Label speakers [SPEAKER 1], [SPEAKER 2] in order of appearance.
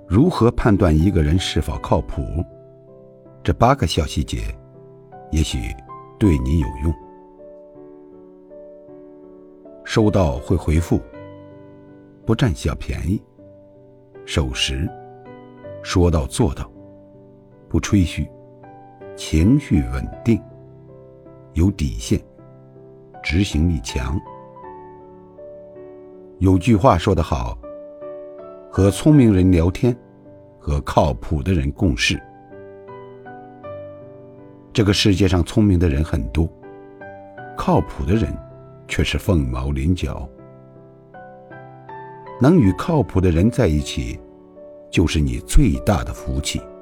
[SPEAKER 1] 如何判断一个人是否靠谱？这8个小细节，也许对你有用。收到会回复，不占小便宜，守时，说到做到，不吹嘘，情绪稳定，有底线，执行力强。有句话说得好，和聪明人聊天，和靠谱的人共事。这个世界上聪明的人很多，靠谱的人却是凤毛麟角。能与靠谱的人在一起，就是你最大的福气。